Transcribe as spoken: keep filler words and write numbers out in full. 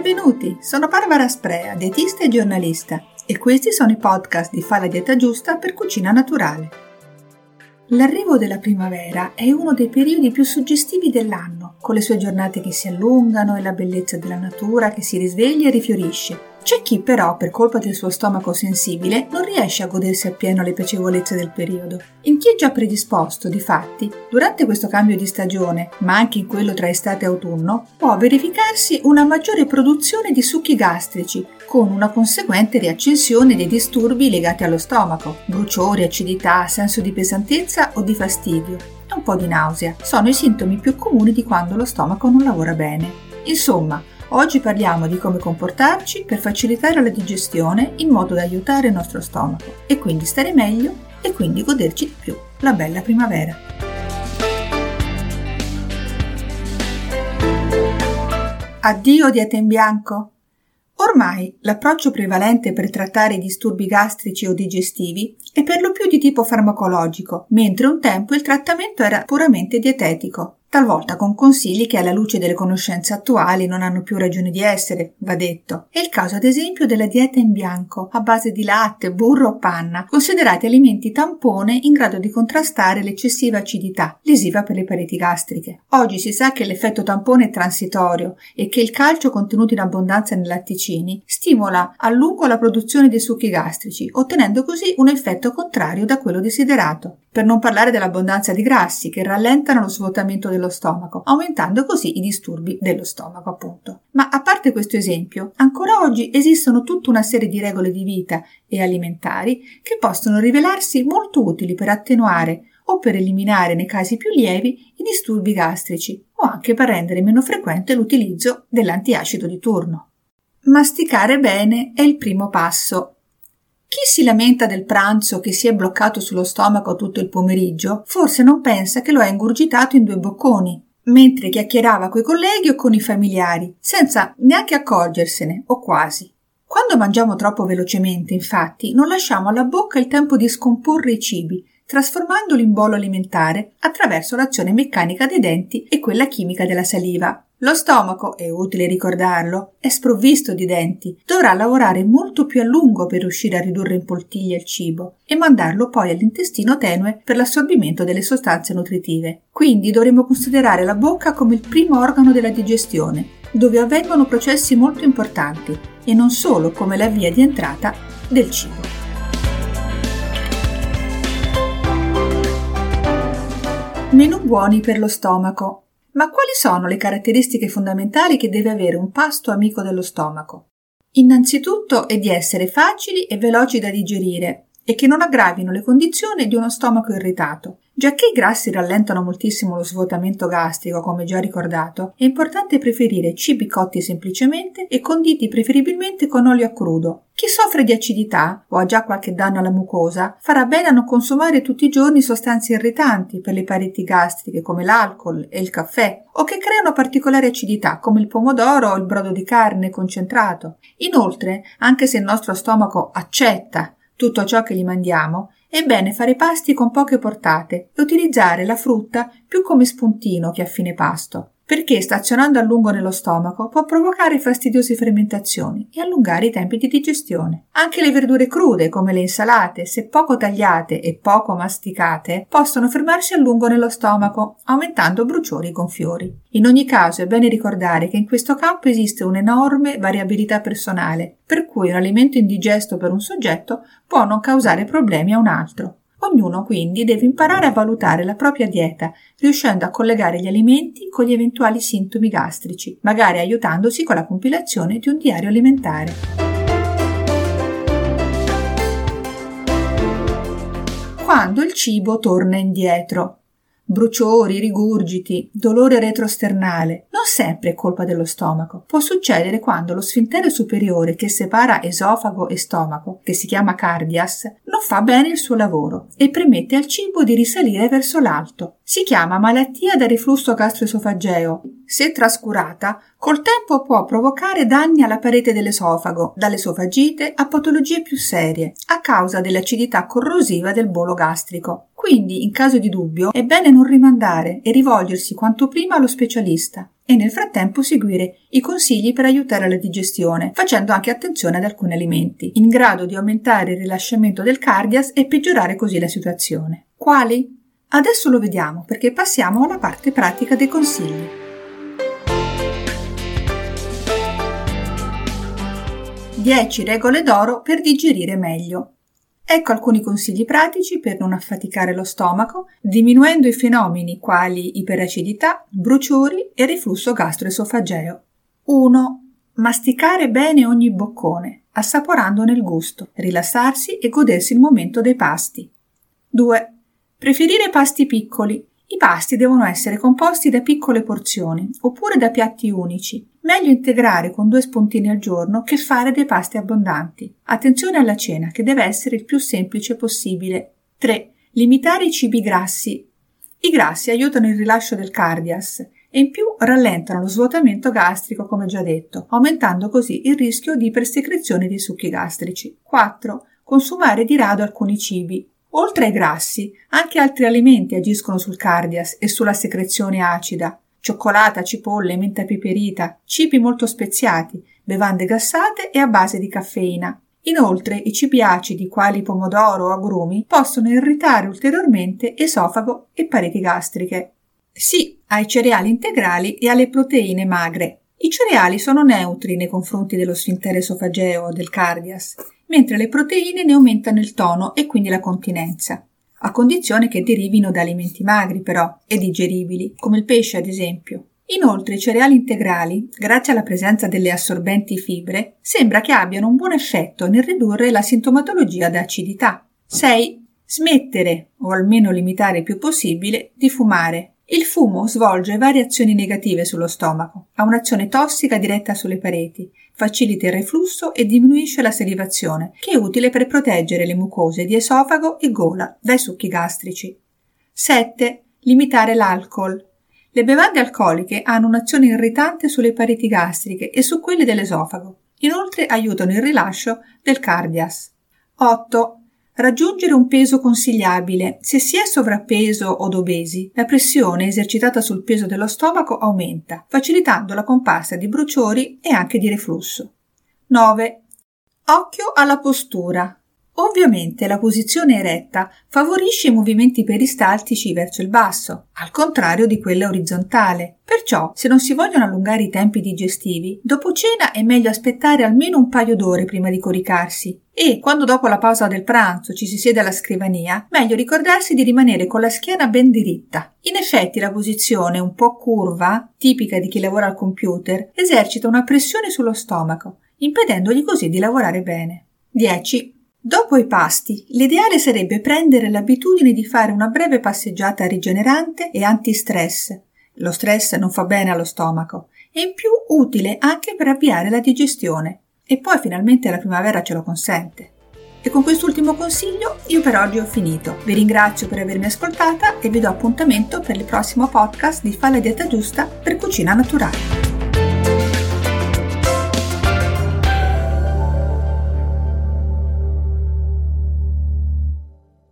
Benvenuti, sono Barbara Sprea, dietista e giornalista, e questi sono i podcast di Fa la dieta giusta per cucina naturale. L'arrivo della primavera è uno dei periodi più suggestivi dell'anno, con le sue giornate che si allungano e la bellezza della natura che si risveglia e rifiorisce. C'è chi però, per colpa del suo stomaco sensibile, non riesce a godersi appieno le piacevolezze del periodo. In chi è già predisposto, difatti, durante questo cambio di stagione, ma anche in quello tra estate e autunno, può verificarsi una maggiore produzione di succhi gastrici, con una conseguente riaccensione dei disturbi legati allo stomaco. Bruciori, acidità, senso di pesantezza o di fastidio e un po' di nausea sono i sintomi più comuni di quando lo stomaco non lavora bene. Insomma, oggi parliamo di come comportarci per facilitare la digestione in modo da aiutare il nostro stomaco e quindi stare meglio e quindi goderci di più la bella primavera. Addio dieta in bianco? Ormai l'approccio prevalente per trattare i disturbi gastrici o digestivi è per lo più di tipo farmacologico, mentre un tempo il trattamento era puramente dietetico, talvolta con consigli che alla luce delle conoscenze attuali non hanno più ragione di essere, va detto. È il caso ad esempio della dieta in bianco, a base di latte, burro o panna, considerati alimenti tampone in grado di contrastare l'eccessiva acidità, lesiva per le pareti gastriche. Oggi si sa che l'effetto tampone è transitorio e che il calcio contenuto in abbondanza nei latticini stimola a lungo la produzione dei succhi gastrici, ottenendo così un effetto contrario da quello desiderato. Per non parlare dell'abbondanza di grassi che rallentano lo svuotamento dello stomaco, aumentando così i disturbi dello stomaco, appunto. Ma a parte questo esempio, ancora oggi esistono tutta una serie di regole di vita e alimentari che possono rivelarsi molto utili per attenuare o per eliminare nei casi più lievi i disturbi gastrici o anche per rendere meno frequente l'utilizzo dell'antiacido di turno. Masticare bene è il primo passo. Chi si lamenta del pranzo che si è bloccato sullo stomaco tutto il pomeriggio, forse non pensa che lo ha ingurgitato in due bocconi, mentre chiacchierava coi colleghi o con i familiari, senza neanche accorgersene, o quasi. Quando mangiamo troppo velocemente, infatti, non lasciamo alla bocca il tempo di scomporre i cibi, trasformandoli in bollo alimentare attraverso l'azione meccanica dei denti e quella chimica della saliva. Lo stomaco, è utile ricordarlo, è sprovvisto di denti, dovrà lavorare molto più a lungo per riuscire a ridurre in poltiglia il cibo e mandarlo poi all'intestino tenue per l'assorbimento delle sostanze nutritive. Quindi dovremo considerare la bocca come il primo organo della digestione, dove avvengono processi molto importanti e non solo come la via di entrata del cibo. Menù buoni per lo stomaco. Ma quali sono le caratteristiche fondamentali che deve avere un pasto amico dello stomaco? Innanzitutto è di essere facili e veloci da digerire e che non aggravino le condizioni di uno stomaco irritato. Giacché i grassi rallentano moltissimo lo svuotamento gastrico, come già ricordato, è importante preferire cibi cotti semplicemente e conditi preferibilmente con olio a crudo. Chi soffre di acidità o ha già qualche danno alla mucosa farà bene a non consumare tutti i giorni sostanze irritanti per le pareti gastriche come l'alcol e il caffè o che creano particolare acidità come il pomodoro o il brodo di carne concentrato. Inoltre, anche se il nostro stomaco accetta tutto ciò che gli mandiamo, è bene fare pasti con poche portate e utilizzare la frutta più come spuntino che a fine pasto, perché stazionando a lungo nello stomaco può provocare fastidiose fermentazioni e allungare i tempi di digestione. Anche le verdure crude, come le insalate, se poco tagliate e poco masticate, possono fermarsi a lungo nello stomaco, aumentando bruciori e gonfiori. In ogni caso è bene ricordare che in questo campo esiste un'enorme variabilità personale, per cui un alimento indigesto per un soggetto può non causare problemi a un altro. Ognuno quindi deve imparare a valutare la propria dieta, riuscendo a collegare gli alimenti con gli eventuali sintomi gastrici, magari aiutandosi con la compilazione di un diario alimentare. Quando il cibo torna indietro. Bruciori, rigurgiti, dolore retrosternale. Non sempre è colpa dello stomaco. Può succedere quando lo sfintere superiore che separa esofago e stomaco, che si chiama cardias, non fa bene il suo lavoro e permette al cibo di risalire verso l'alto. Si chiama malattia da reflusso gastroesofageo se trascurata, col tempo può provocare danni alla parete dell'esofago, dall'esofagite a patologie più serie, a causa dell'acidità corrosiva del bolo gastrico. Quindi, in caso di dubbio, è bene non rimandare e rivolgersi quanto prima allo specialista e nel frattempo seguire i consigli per aiutare la digestione, facendo anche attenzione ad alcuni alimenti, in grado di aumentare il rilasciamento del cardias e peggiorare così la situazione. Quali? Adesso lo vediamo, perché passiamo alla parte pratica dei consigli. dieci regole d'oro per digerire meglio. Ecco alcuni consigli pratici per non affaticare lo stomaco, diminuendo i fenomeni quali iperacidità, bruciori e reflusso gastroesofageo. uno. Masticare bene ogni boccone, assaporandone il gusto, rilassarsi e godersi il momento dei pasti. due. Preferire pasti piccoli. I pasti devono essere composti da piccole porzioni, oppure da piatti unici. Meglio integrare con due spuntini al giorno che fare dei pasti abbondanti. Attenzione alla cena, che deve essere il più semplice possibile. tre. Limitare i cibi grassi. I grassi aiutano il rilascio del cardias e in più rallentano lo svuotamento gastrico, come già detto, aumentando così il rischio di ipersecrezione di succhi gastrici. quattro. Consumare di rado alcuni cibi. Oltre ai grassi, anche altri alimenti agiscono sul cardias e sulla secrezione acida. Cioccolata, cipolle, menta piperita, cibi molto speziati, bevande gassate e a base di caffeina. Inoltre, i cibi acidi, quali pomodoro o agrumi, possono irritare ulteriormente esofago e pareti gastriche. Sì ai cereali integrali e alle proteine magre. I cereali sono neutri nei confronti dello sfintere esofageo o del cardias, mentre le proteine ne aumentano il tono e quindi la continenza, a condizione che derivino da alimenti magri però e digeribili, come il pesce ad esempio. Inoltre i cereali integrali, grazie alla presenza delle assorbenti fibre, sembra che abbiano un buon effetto nel ridurre la sintomatologia da acidità. sei. Smettere, o almeno limitare il più possibile, di fumare. Il fumo svolge varie azioni negative sullo stomaco, ha un'azione tossica diretta sulle pareti, facilita il reflusso e diminuisce la salivazione, che è utile per proteggere le mucose di esofago e gola dai succhi gastrici. sette. Limitare l'alcol. Le bevande alcoliche hanno un'azione irritante sulle pareti gastriche e su quelle dell'esofago. Inoltre aiutano il rilascio del cardias. otto. Raggiungere un peso consigliabile. Se si è sovrappeso o obesi, la pressione esercitata sul peso dello stomaco aumenta, facilitando la comparsa di bruciori e anche di reflusso. nove. Occhio alla postura. Ovviamente la posizione eretta favorisce i movimenti peristaltici verso il basso, al contrario di quella orizzontale. Perciò, se non si vogliono allungare i tempi digestivi, dopo cena è meglio aspettare almeno un paio d'ore prima di coricarsi e, quando dopo la pausa del pranzo ci si siede alla scrivania, meglio ricordarsi di rimanere con la schiena ben diritta. In effetti la posizione un po' curva, tipica di chi lavora al computer, esercita una pressione sullo stomaco, impedendogli così di lavorare bene. dieci. Dopo i pasti, l'ideale sarebbe prendere l'abitudine di fare una breve passeggiata rigenerante e antistress. Lo stress non fa bene allo stomaco e in più utile anche per avviare la digestione. E poi finalmente la primavera ce lo consente. E con quest'ultimo consiglio io per oggi ho finito. Vi ringrazio per avermi ascoltata e vi do appuntamento per il prossimo podcast di Fa la dieta giusta per cucina naturale.